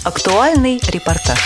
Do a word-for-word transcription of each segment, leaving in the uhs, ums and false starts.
Актуальный репортаж.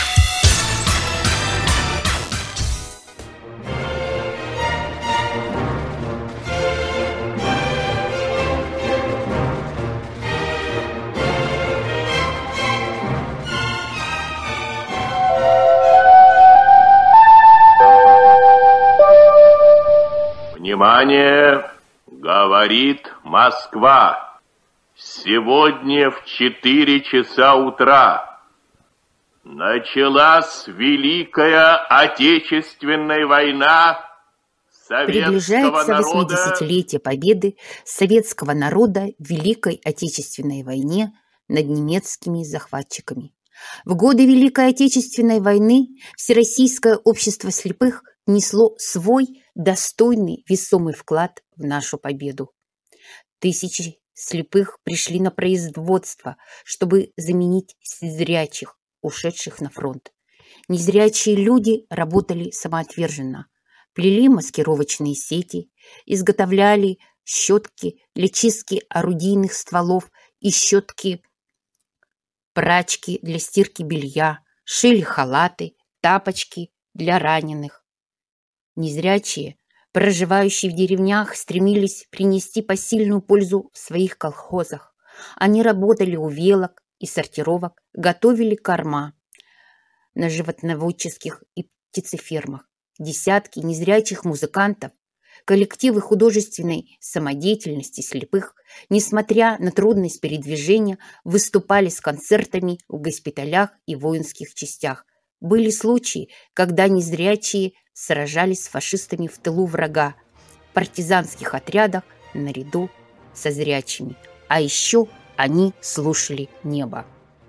Внимание! Говорит Москва. Сегодня в четыре часа утра началась Великая Отечественная война советского Приближается народа. восьмидесятилетие победы советского народа в Великой Отечественной войне над немецкими захватчиками. В годы Великой Отечественной войны Всероссийское общество слепых внесло свой достойный весомый вклад в нашу победу. Тысячи слепых пришли на производство, чтобы заменить зрячих, ушедших на фронт. Незрячие люди работали самоотверженно, плели маскировочные сети, изготовляли щетки для чистки орудийных стволов и щетки прачки для стирки белья, шили халаты, тапочки для раненых. Незрячие, проживающие в деревнях, стремились принести посильную пользу в своих колхозах. Они работали у велок и сортировок, готовили корма на животноводческих и птицефермах. Десятки незрячих музыкантов, коллективы художественной самодеятельности слепых, несмотря на трудность передвижения, выступали с концертами в госпиталях и воинских частях. Были случаи, когда незрячие сражались с фашистами в тылу врага, в партизанских отрядах наряду со зрячими. А еще они слушали небо.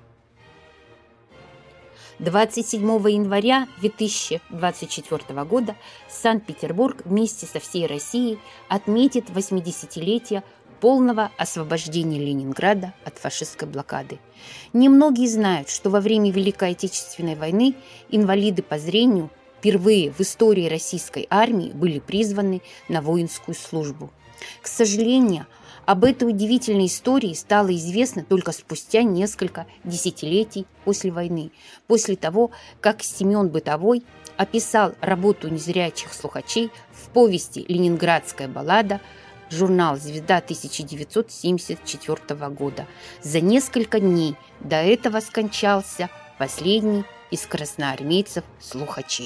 двадцать седьмого января две тысячи двадцать четвёртого года Санкт-Петербург вместе со всей Россией отметит восьмидесятилетие полного освобождения Ленинграда от фашистской блокады. Немногие знают, что во время Великой Отечественной войны инвалиды по зрению впервые в истории российской армии были призваны на воинскую службу. К сожалению, об этой удивительной истории стало известно только спустя несколько десятилетий после войны, после того, как Семен Бытовой описал работу незрячих слухачей в повести «Ленинградская баллада», журнал «Звезда» тысяча девятьсот семьдесят четвёртого года. За несколько дней до этого скончался последний из красноармейцев слухачей.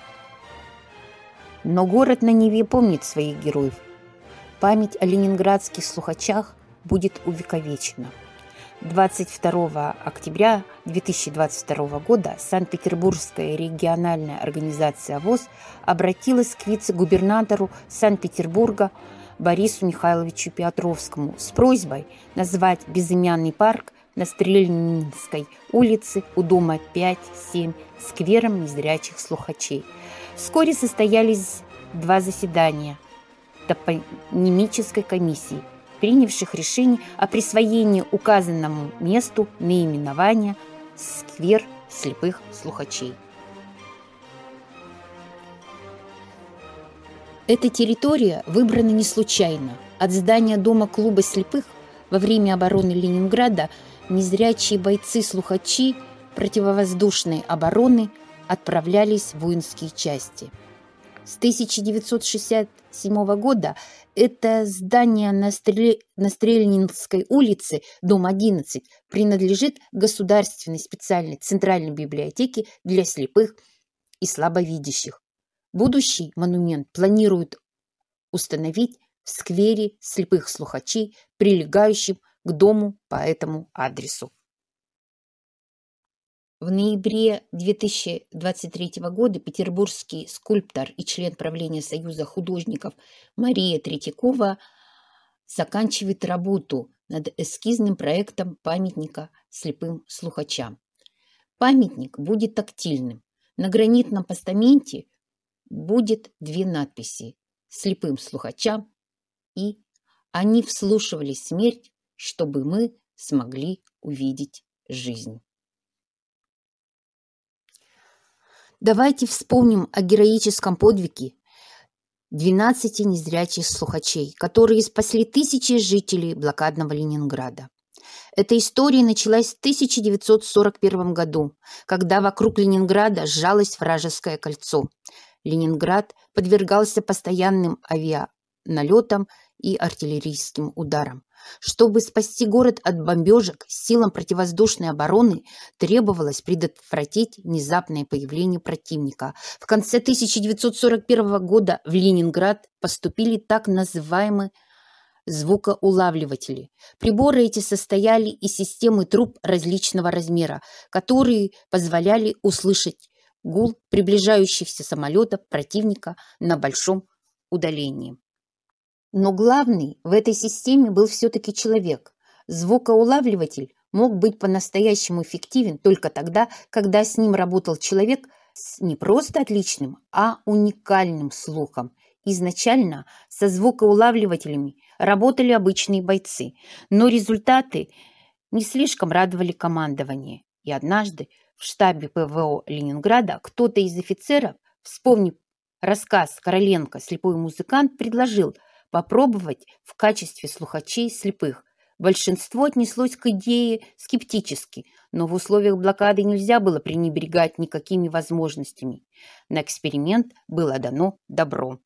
Но город на Неве помнит своих героев. Память о ленинградских слухачах будет увековечена. двадцать второго октября две тысячи двадцать второго года Санкт-Петербургская региональная организация ВОС обратилась к вице-губернатору Санкт-Петербурга Борису Михайловичу Петровскому с просьбой назвать безымянный парк на Стрельнинской улице у дома пять-семь сквером незрячих слухачей. Вскоре состоялись два заседания топонимической комиссии, принявших решение о присвоении указанному месту наименования «Сквер слепых слухачей». Эта территория выбрана не случайно. От здания дома клуба слепых во время обороны Ленинграда незрячие бойцы-слухачи противовоздушной обороны отправлялись в воинские части. С тысяча девятьсот шестьдесят седьмого года это здание на, Стреле... на Стрельнинской улице, дом одиннадцать, принадлежит Государственной специальной центральной библиотеке для слепых и слабовидящих. Будущий монумент планируют установить в сквере слепых слухачей, прилегающем к дому по этому адресу. В ноябре две тысячи двадцать третьего года петербургский скульптор и член правления Союза художников Мария Третьякова заканчивает работу над эскизным проектом памятника слепым слухачам. Памятник будет тактильным. На гранитном постаменте будет две надписи: «Слепым слухачам» и «Они вслушивались смерть, чтобы мы смогли увидеть жизнь». Давайте вспомним о героическом подвиге двенадцати незрячих слухачей, которые спасли тысячи жителей блокадного Ленинграда. Эта история началась в тысяча девятьсот сорок первом году, когда вокруг Ленинграда сжалось вражеское кольцо. Ленинград подвергался постоянным авианалетам и артиллерийским ударам. Чтобы спасти город от бомбежек, силам противовоздушной обороны требовалось предотвратить внезапное появление противника. В конце тысяча девятьсот сорок первого года в Ленинград поступили так называемые звукоулавливатели. Приборы эти состояли из системы труб различного размера, которые позволяли услышать гул приближающихся самолетов противника на большом удалении. Но главный в этой системе был все-таки человек. Звукоулавливатель мог быть по-настоящему эффективен только тогда, когда с ним работал человек с не просто отличным, а уникальным слухом. Изначально со звукоулавливателями работали обычные бойцы, но результаты не слишком радовали командование. И однажды в штабе ПВО Ленинграда кто-то из офицеров, вспомнив рассказ Короленко «Слепой музыкант», предложил попробовать в качестве слухачей слепых. Большинство отнеслось к идее скептически, но в условиях блокады нельзя было пренебрегать никакими возможностями. На эксперимент было дано добро.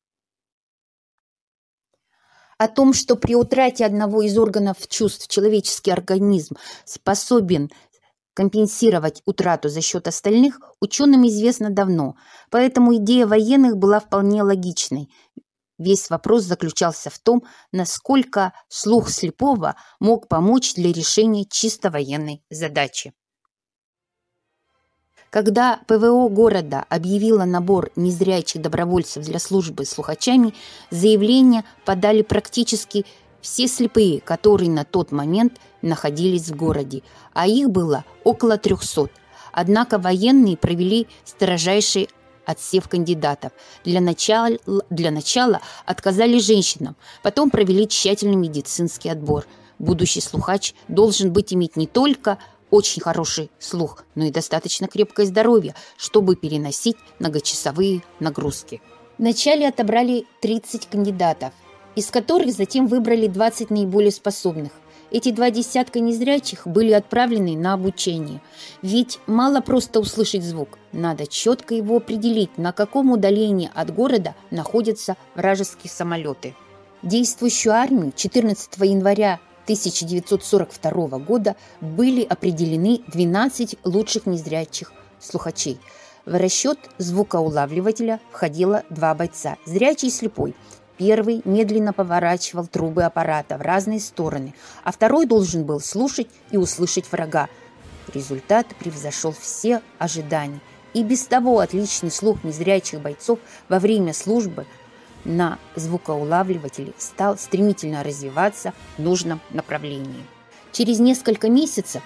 О том, что при утрате одного из органов чувств человеческий организм способен компенсировать утрату за счет остальных, ученым известно давно, поэтому идея военных была вполне логичной. Весь вопрос заключался в том, насколько слух слепого мог помочь для решения чисто военной задачи. Когда ПВО города объявило набор незрячих добровольцев для службы слухачами, заявление подали практически все слепые, которые на тот момент находились в городе, а их было около трехсот. Однако военные провели строжайший отсев кандидатов. Для начала, для начала отказали женщинам, потом провели тщательный медицинский отбор. Будущий слухач должен быть иметь не только очень хороший слух, но и достаточно крепкое здоровье, чтобы переносить многочасовые нагрузки. Вначале отобрали тридцать кандидатов, из которых затем выбрали двадцать наиболее способных. Эти два десятка незрячих были отправлены на обучение. Ведь мало просто услышать звук, надо четко его определить, на каком удалении от города находятся вражеские самолеты. Действующую армию четырнадцатого января тысяча девятьсот сорок второго года были определены двенадцать лучших незрячих слухачей. В расчет звукоулавливателя входило два бойца – зрячий и слепой. Первый медленно поворачивал трубы аппарата в разные стороны, а второй должен был слушать и услышать врага. Результат превзошел все ожидания. И без того отличный слух незрячих бойцов во время службы на звукоулавливателе стал стремительно развиваться в нужном направлении. Через несколько месяцев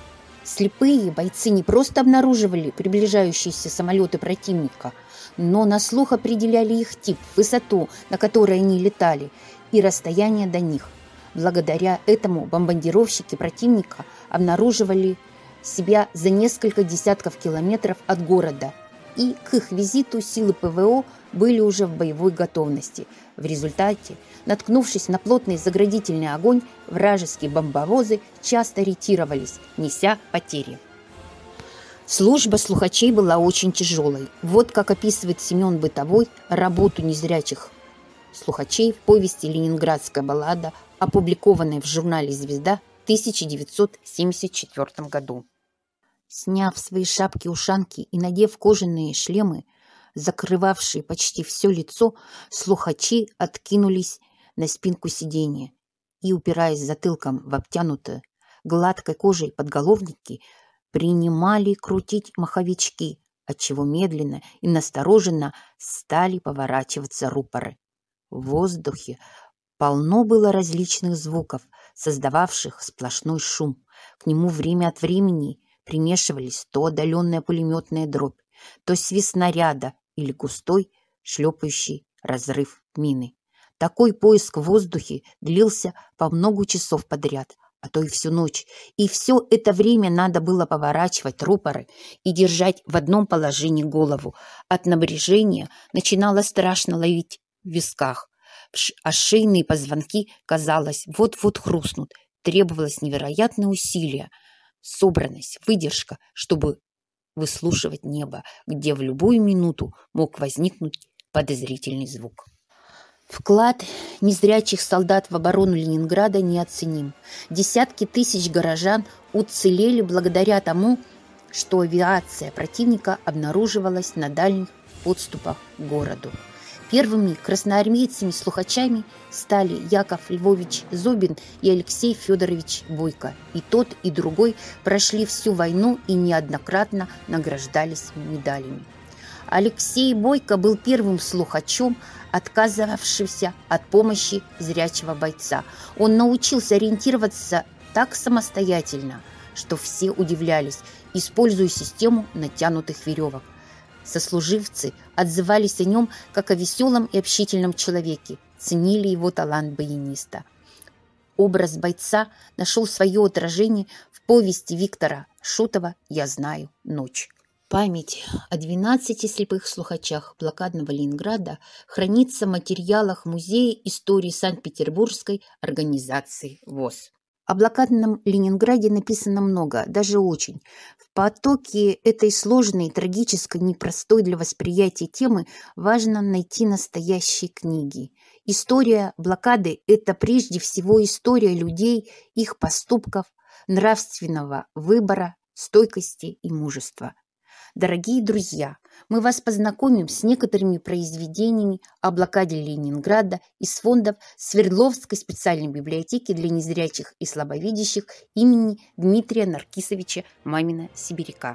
слепые бойцы не просто обнаруживали приближающиеся самолеты противника, но на слух определяли их тип, высоту, на которой они летали, и расстояние до них. Благодаря этому бомбардировщики противника обнаруживали себя за несколько десятков километров от города, и к их визиту силы ПВО были уже в боевой готовности. В результате, наткнувшись на плотный заградительный огонь, вражеские бомбовозы часто ретировались, неся потери. Служба слухачей была очень тяжелой. Вот как описывает Семен Бытовой работу незрячих слухачей в повести «Ленинградская баллада», опубликованной в журнале «Звезда» в тысяча девятьсот семьдесят четвёртом году. Сняв свои шапки-ушанки и надев кожаные шлемы, закрывавшие почти все лицо, слухачи откинулись на спинку сиденья и, упираясь затылком в обтянутые гладкой кожей подголовники, принимали крутить маховички, отчего медленно и настороженно стали поворачиваться рупоры. В воздухе полно было различных звуков, создававших сплошной шум. К нему время от времени примешивались то отдаленная пулеметная дробь, то свист снаряда или густой шлепающий разрыв мины. Такой поиск в воздухе длился по много часов подряд, а то и всю ночь. И все это время надо было поворачивать рупоры и держать в одном положении голову. От напряжения начинало страшно ловить в висках, а шейные позвонки, казалось, вот-вот хрустнут. требовалось невероятное усилие, собранность, выдержка, чтобы выслушивать небо, где в любую минуту мог возникнуть подозрительный звук. Вклад незрячих солдат в оборону Ленинграда неоценим. Десятки тысяч горожан уцелели благодаря тому, что авиация противника обнаруживалась на дальних подступах к городу. Первыми красноармейцами-слухачами стали Яков Львович Зобин и Алексей Федорович Бойко. И тот, и другой прошли всю войну и неоднократно награждались медалями. Алексей Бойко был первым слухачом, отказывавшимся от помощи зрячего бойца. Он научился ориентироваться так самостоятельно, что все удивлялись, используя систему натянутых веревок. Сослуживцы отзывались о нем как о веселом и общительном человеке, ценили его талант баяниста. Образ бойца нашел свое отражение в повести Виктора Шутова «Я знаю ночь». Память о двенадцати слепых слухачах блокадного Ленинграда хранится в материалах Музея истории Санкт-Петербургской организации ВОС. О блокадном Ленинграде написано много, даже очень. В потоке этой сложной, трагической, непростой для восприятия темы важно найти настоящие книги. История блокады – это прежде всего история людей, их поступков, нравственного выбора, стойкости и мужества. Дорогие друзья, мы вас познакомим с некоторыми произведениями о блокаде Ленинграда из фондов Свердловской специальной библиотеки для незрячих и слабовидящих имени Дмитрия Наркисовича Мамина-Сибиряка.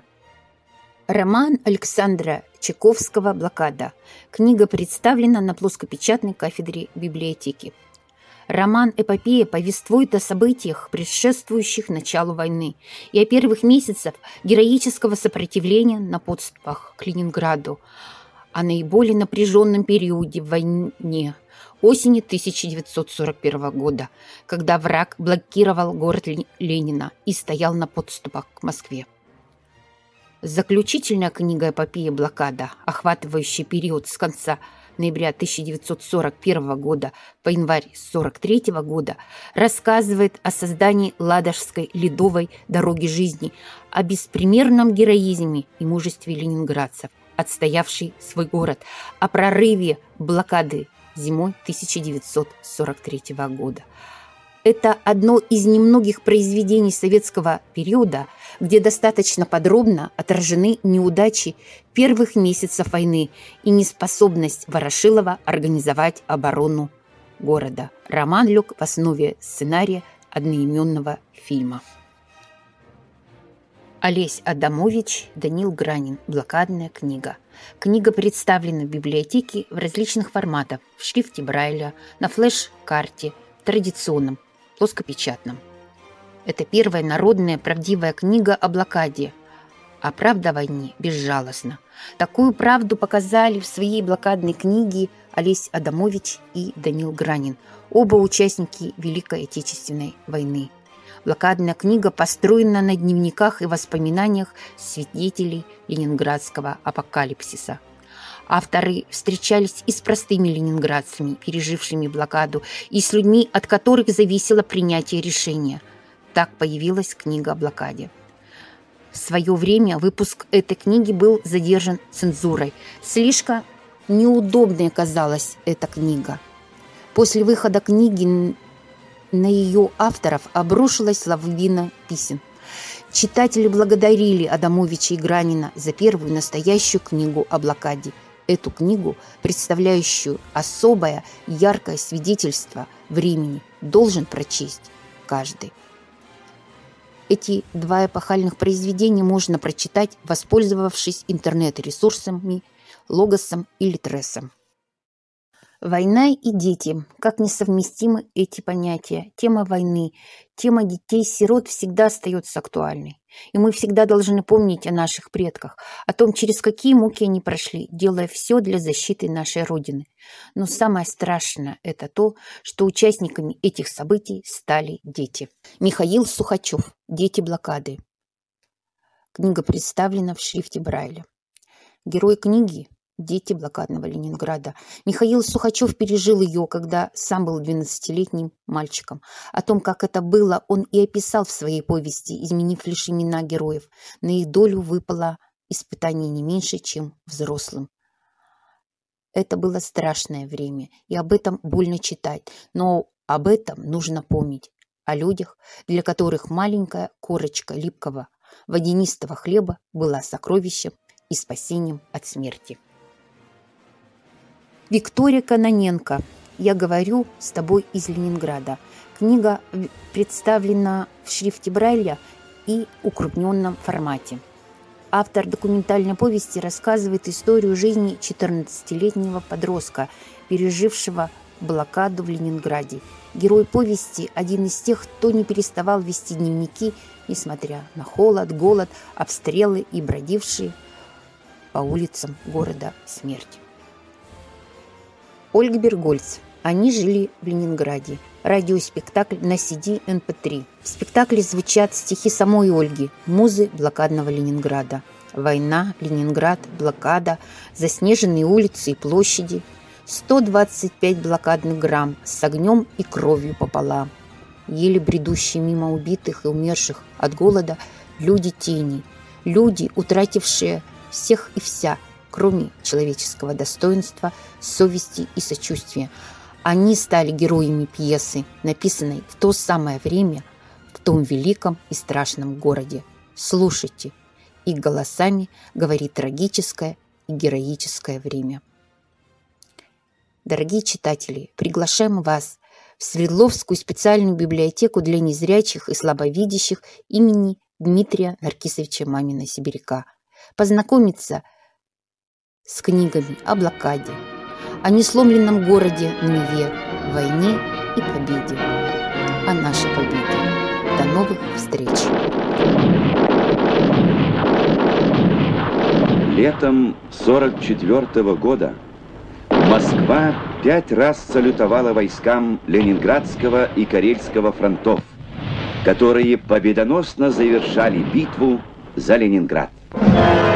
Роман Александра Чайковского «Блокада». Книга представлена на плоскопечатной кафедре библиотеки. Роман-эпопея повествует о событиях, предшествующих началу войны, и о первых месяцах героического сопротивления на подступах к Ленинграду, о наиболее напряженном периоде в войне, осени тысяча девятьсот сорок первого года, когда враг блокировал город Ленина и стоял на подступах к Москве. Заключительная книга эпопеи «Блокада», охватывающая период с конца ноября тысяча девятьсот сорок первого года по январь сорок третьего года, рассказывает о создании Ладожской ледовой дороги жизни, о беспримерном героизме и мужестве ленинградцев, отстоявшей свой город, о прорыве блокады зимой тысяча девятьсот сорок третьего года. Это одно из немногих произведений советского периода, где достаточно подробно отражены неудачи первых месяцев войны и неспособность Ворошилова организовать оборону города. Роман лег в основе сценария одноименного фильма. Олесь Адамович, Даниил Гранин. Блокадная книга. Книга представлена в библиотеке в различных форматах: в шрифте Брайля, на флеш-карте, традиционном, плоскопечатном. Это первая народная правдивая книга о блокаде, а правда о войне безжалостна. Такую правду показали в своей блокадной книге Олесь Адамович и Даниил Гранин, оба участники Великой Отечественной войны. Блокадная книга построена на дневниках и воспоминаниях свидетелей ленинградского апокалипсиса. Авторы встречались и с простыми ленинградцами, пережившими блокаду, и с людьми, от которых зависело принятие решения. Так появилась книга о блокаде. В свое время выпуск этой книги был задержан цензурой. Слишком неудобной оказалась эта книга. После выхода книги на ее авторов обрушилась лавина писем. Читатели благодарили Адамовича и Гранина за первую настоящую книгу о блокаде. Эту книгу, представляющую особое яркое свидетельство времени, должен прочесть каждый. Эти два эпохальных произведения можно прочитать, воспользовавшись интернет-ресурсами Логосом и Литресом. Война и дети. Как несовместимы эти понятия? Тема войны, тема детей-сирот всегда остается актуальной. И мы всегда должны помнить о наших предках, о том, через какие муки они прошли, делая все для защиты нашей Родины. Но самое страшное – это то, что участниками этих событий стали дети. Михаил Сухачев. «Дети блокады». Книга представлена в шрифте Брайля. Герой книги дети блокадного Ленинграда. Михаил Сухачев пережил ее, когда сам был двенадцатилетним мальчиком. О том, как это было, он и описал в своей повести, изменив лишь имена героев. На их долю выпало испытание не меньше, чем взрослым. Это было страшное время, и об этом больно читать, но об этом нужно помнить. О людях, для которых маленькая корочка липкого водянистого хлеба была сокровищем и спасением от смерти. Виктория Кононенко. «Я говорю с тобой из Ленинграда». Книга представлена в шрифте Брайля и укрупненном формате. Автор документальной повести рассказывает историю жизни четырнадцатилетнего подростка, пережившего блокаду в Ленинграде. Герой повести – один из тех, кто не переставал вести дневники, несмотря на холод, голод, обстрелы и бродившие по улицам города смерть. Ольга Бергольц. Они жили в Ленинграде. Радиоспектакль на си ди эм пэ три. В спектакле звучат стихи самой Ольги, музы блокадного Ленинграда. Война, Ленинград, блокада, заснеженные улицы и площади. сто двадцать пять блокадных грамм с огнем и кровью пополам. Еле бредущие мимо убитых и умерших от голода люди тени. Люди, утратившие всех и вся, кроме человеческого достоинства, совести и сочувствия. Они стали героями пьесы, написанной в то самое время, в том великом и страшном городе. Слушайте, их голосами говорит трагическое и героическое время. Дорогие читатели, приглашаем вас в Свердловскую специальную библиотеку для незрячих и слабовидящих имени Дмитрия Наркисовича Мамина-Сибиряка. Познакомиться с книгами о блокаде, о несломленном городе на Неве, войне и победе, о нашей победе. До новых встреч! Летом сорок четвёртого года Москва пять раз салютовала войскам Ленинградского и Карельского фронтов, которые победоносно завершали битву за Ленинград.